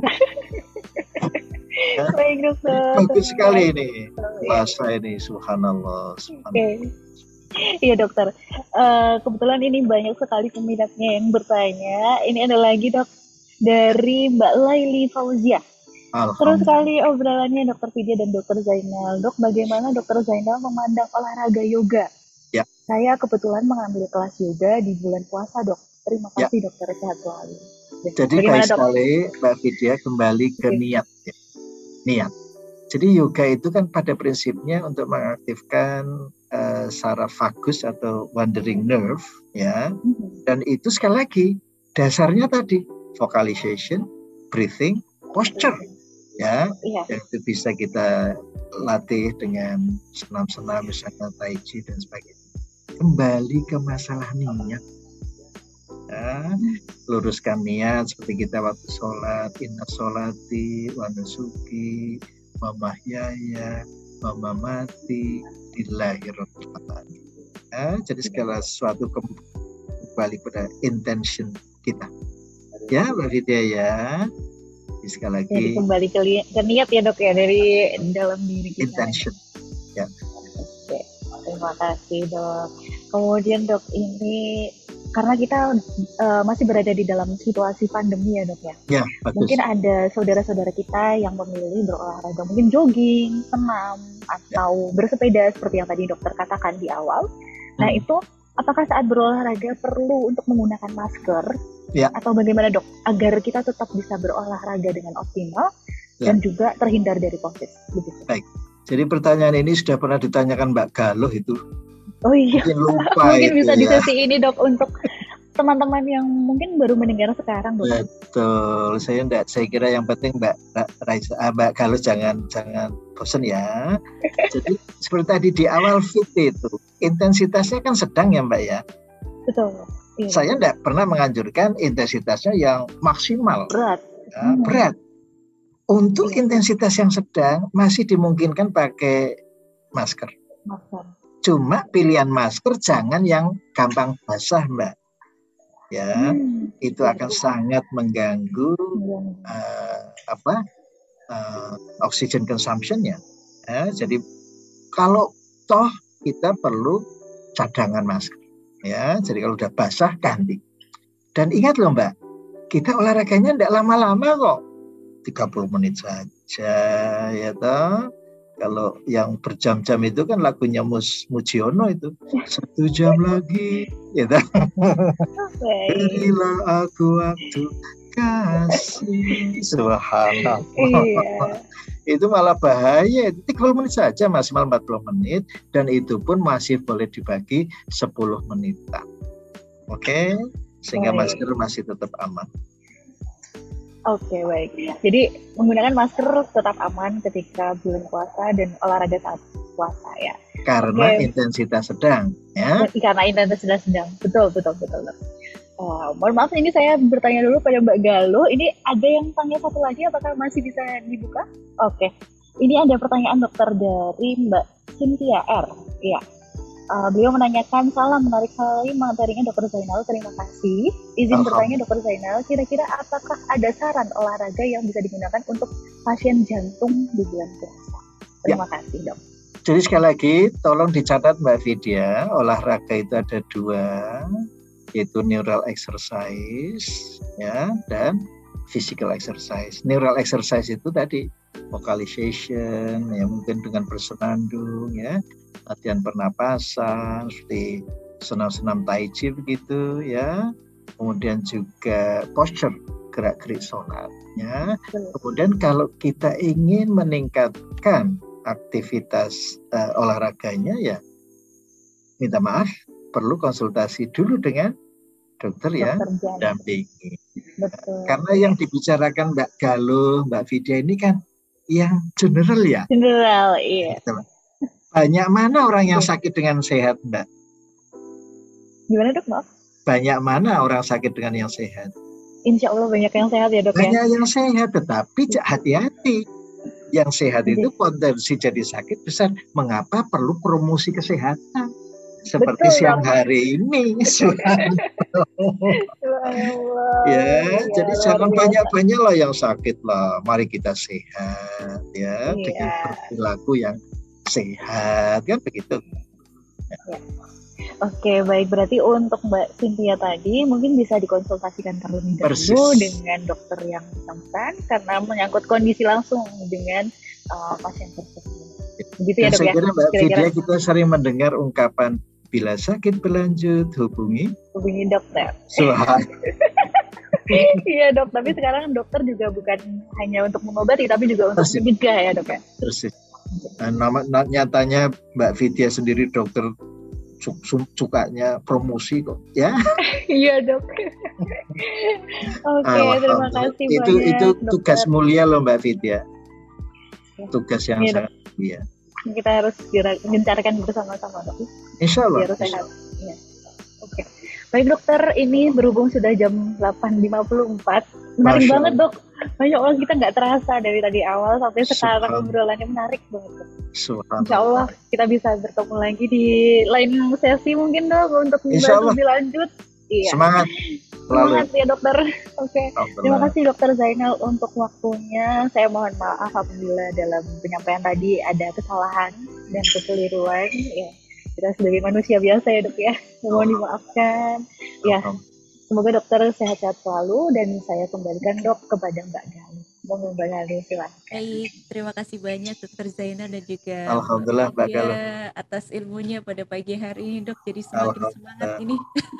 [SPEAKER 2] Baik Dokter.
[SPEAKER 3] Bagus sekali ini puasa ini, subhanallah.
[SPEAKER 2] Iya Dokter. Kebetulan ini banyak sekali peminatnya yang bertanya. Ini ada lagi Dok dari Mbak Laili Fauzia. Seru sekali obrolannya Dokter Vidya dan Dokter Zainal. Dok, bagaimana Dokter Zainal memandang olahraga yoga? Ya. Saya kebetulan mengambil kelas yoga di bulan puasa Dok. Terima kasih Dokter, sehat selalu.
[SPEAKER 3] Jadi baik sekali Mbak Vidya, kembali ke niat ya. Niat. Jadi yoga itu kan pada prinsipnya untuk mengaktifkan saraf vagus atau wandering nerve ya. Dan itu sekali lagi dasarnya tadi vocalization, breathing, posture ya. Dan itu bisa kita latih dengan senam-senam misalnya tai chi dan sebagainya. Kembali ke masalah niat. Ya, luruskan niat seperti kita waktu sholat, inna sholati wa nusuki wa mahyaya wa mamati lillahi rabbil alamin. Ya, jadi segala sesuatu kembali pada intention kita. Ya, Mbak Vidya ya. Jadi sekali lagi.
[SPEAKER 2] Jadi kembali ke niat ya Dok ya, dari dalam diri kita.
[SPEAKER 3] Intention. Ya.
[SPEAKER 2] Oke, terima kasih Dok. Kemudian Dok, ini karena kita masih berada di dalam situasi pandemi ya Dok ya.
[SPEAKER 3] Ya, bagus.
[SPEAKER 2] Mungkin ada saudara-saudara kita yang memilih berolahraga, mungkin jogging, senam, atau bersepeda seperti yang tadi dokter katakan di awal. Nah itu apakah saat berolahraga perlu untuk menggunakan masker? Atau bagaimana Dok? Agar kita tetap bisa berolahraga dengan optimal dan juga terhindar dari COVID. Begitu.
[SPEAKER 3] Baik, jadi pertanyaan ini sudah pernah ditanyakan Mbak Galuh itu.
[SPEAKER 2] Oh iya,
[SPEAKER 3] mungkin lupa
[SPEAKER 2] mungkin bisa di
[SPEAKER 3] ya.
[SPEAKER 2] sesi ini Dok untuk teman-teman yang mungkin baru mendengar sekarang Dok.
[SPEAKER 3] Betul, saya kira yang penting Mbak Galuh jangan bosan ya. Jadi seperti tadi di awal fit itu intensitasnya kan sedang ya Mbak ya.
[SPEAKER 2] Betul. Iya.
[SPEAKER 3] Saya tidak pernah menganjurkan intensitasnya yang maksimal.
[SPEAKER 2] Berat.
[SPEAKER 3] Ya, berat. Untuk intensitas yang sedang masih dimungkinkan pakai masker. Cuma pilihan masker jangan yang gampang basah Mbak. Ya, itu akan sangat mengganggu oxygen consumption-nya. Ya, jadi kalau toh kita perlu cadangan masker. Ya, jadi kalau udah basah ganti. Dan ingat loh Mbak, kita olahraganya tidak lama-lama kok. 30 menit saja ya toh. Kalau yang berjam-jam itu kan lagunya Mujiono itu 1 jam lagi gitu. Berilah aku waktu kasih. Subhanallah. Itu malah bahaya. 30 menit saja, maksimal 40 menit dan itu pun masih boleh dibagi 10 menitan. Oke. sehingga
[SPEAKER 2] Baik.
[SPEAKER 3] masker masih tetap aman.
[SPEAKER 2] Oke, baik. Jadi menggunakan masker tetap aman ketika bulan puasa dan olahraga saat puasa ya.
[SPEAKER 3] Karena
[SPEAKER 2] Oke.
[SPEAKER 3] intensitas sedang, ya.
[SPEAKER 2] Karena intensitas sedang. Betul. Mohon maaf, ini saya bertanya dulu pada Mbak Galuh. Ini ada yang tanya satu lagi, apakah masih bisa dibuka? Oke. Ini ada pertanyaan dokter dari Mbak Cynthia R. Ya. Beliau menanyakan, salam, menarik sekali materinya Dr. Zainal, terima kasih. Izin bertanya Dr. Zainal, kira-kira apakah ada saran olahraga yang bisa digunakan untuk pasien jantung di bulan puasa? Terima kasih, Dok.
[SPEAKER 3] Jadi sekali lagi, tolong dicatat Mbak Vidya, olahraga itu ada 2, yaitu neural exercise ya, dan physical exercise. Neural exercise itu tadi vocalization, ya mungkin dengan bersenandung, ya, latihan pernapasan seperti senam-senam tai chi begitu ya, kemudian juga posture, gerak-gerik sholat ya. Kemudian kalau kita ingin meningkatkan aktivitas olahraganya ya, minta maaf, perlu konsultasi dulu dengan dokter yang dampingi. Karena yang dibicarakan Mbak Galuh, Mbak Vidya ini kan yang general ya.
[SPEAKER 2] General, iya.
[SPEAKER 3] Banyak mana orang yang sakit dengan sehat, Mbak?
[SPEAKER 2] Gimana, Dok? Maaf.
[SPEAKER 3] Banyak mana orang sakit dengan yang sehat?
[SPEAKER 2] Insya Allah banyak yang sehat ya, Dok.
[SPEAKER 3] Banyak yang sehat, tetapi hati-hati. Yang sehat itu potensi jadi sakit besar. Mengapa perlu promosi kesehatan? Seperti betul, siang hari ini. Jadi jangan banyak-banyak lah yang sakit lah. Mari kita sehat ya, dengan perilaku yang sehat, kan begitu.
[SPEAKER 2] Ya. Oke, baik. Berarti untuk Mbak Cynthia tadi mungkin bisa dikonsultasikan terlebih dahulu dengan dokter yang bersangkutan karena menyangkut kondisi langsung dengan pasien tersebut. Begitu ya, Dok,
[SPEAKER 3] saya kira Mbak Vidya, kita sering mendengar ungkapan bila sakit berlanjut hubungi
[SPEAKER 2] dokter. Iya, Dok, tapi sekarang dokter juga bukan hanya untuk mengobati tapi juga untuk mencegah ya, Dok ya.
[SPEAKER 3] Persis. Nyatanya Mbak Vidya sendiri dokter sukanya promosi kok ya.
[SPEAKER 2] Iya, Dok. Oke, terima kasih banyak.
[SPEAKER 3] Itu tugas mulia loh Mbak Vidya. Tugas yang sangat mulia.
[SPEAKER 2] Kita harus gencarkan bersama-sama, Dok.
[SPEAKER 3] Insya Allah.
[SPEAKER 2] Biar sehat. Ya. Oke. Baik, dokter, ini berhubung sudah jam 8.54. Menarik banget, Dok. Banyak orang kita nggak terasa dari tadi awal sampai sekarang, obrolannya menarik banget. Insya Allah kita bisa bertemu lagi di lain sesi mungkin, Dok, untuk membahas lebih lanjut. Iya.
[SPEAKER 3] Semangat.
[SPEAKER 2] Semangat ya, dokter. Oke. Terima kasih Dokter Zainal untuk waktunya. Saya mohon maaf apabila dalam penyampaian tadi ada kesalahan dan kekeliruan. Ya, kita sebagai manusia biasa ya, Dok ya. Mohon dimaafkan. Ya. Semoga dokter sehat-sehat selalu dan saya kembalikan, Dok, kepada Mbak Galuh. Mohon Mbak Galuh, silakan.
[SPEAKER 1] Baik, terima kasih banyak Dokter Zainal dan juga
[SPEAKER 3] Alhamdulillah Mbak Galuh
[SPEAKER 1] atas ilmunya pada pagi hari ini, Dok. Jadi semakin semangat ini.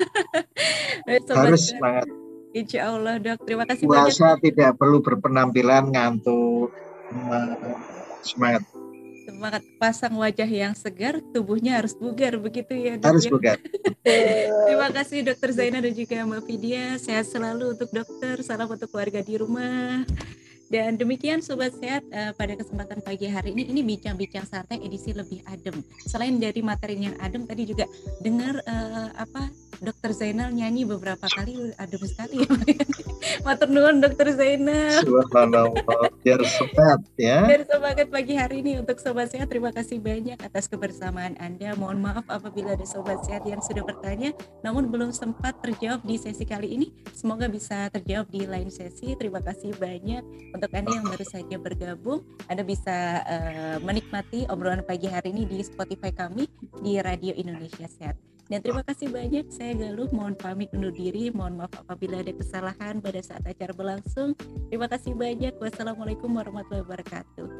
[SPEAKER 3] Harus semangat.
[SPEAKER 1] Insya Allah, Dok. Terima kasih
[SPEAKER 3] banyak.
[SPEAKER 1] Puasa
[SPEAKER 3] tidak perlu berpenampilan ngantuk. Semangat.
[SPEAKER 1] Semangat, pasang wajah yang segar, tubuhnya harus bugar, begitu ya, Dok?
[SPEAKER 3] Harus bugar.
[SPEAKER 1] Terima kasih Dokter Zainal dan juga Mbak Vidya. Sehat selalu untuk dokter, salam untuk keluarga di rumah. Dan demikian Sobat Sehat, pada kesempatan pagi hari ini bincang-bincang santai edisi lebih adem. Selain dari materi yang adem, tadi juga dengar Dokter Zainal nyanyi beberapa kali, adem sekali ya. Matur nuwun Dokter Zainal.
[SPEAKER 3] Subhanallah, biar semangat ya.
[SPEAKER 1] Biar semangat pagi hari ini untuk Sobat Sehat. Terima kasih banyak atas kebersamaan Anda. Mohon maaf apabila ada Sobat Sehat yang sudah bertanya namun belum sempat terjawab di sesi kali ini. Semoga bisa terjawab di lain sesi. Terima kasih banyak untuk Anda yang baru saja bergabung. Anda bisa menikmati obrolan pagi hari ini di Spotify kami di Radio Indonesia Sehat. Dan terima kasih banyak, saya Galuh mohon pamit undur diri, mohon maaf apabila ada kesalahan pada saat acara berlangsung. Terima kasih banyak, wassalamualaikum warahmatullahi wabarakatuh.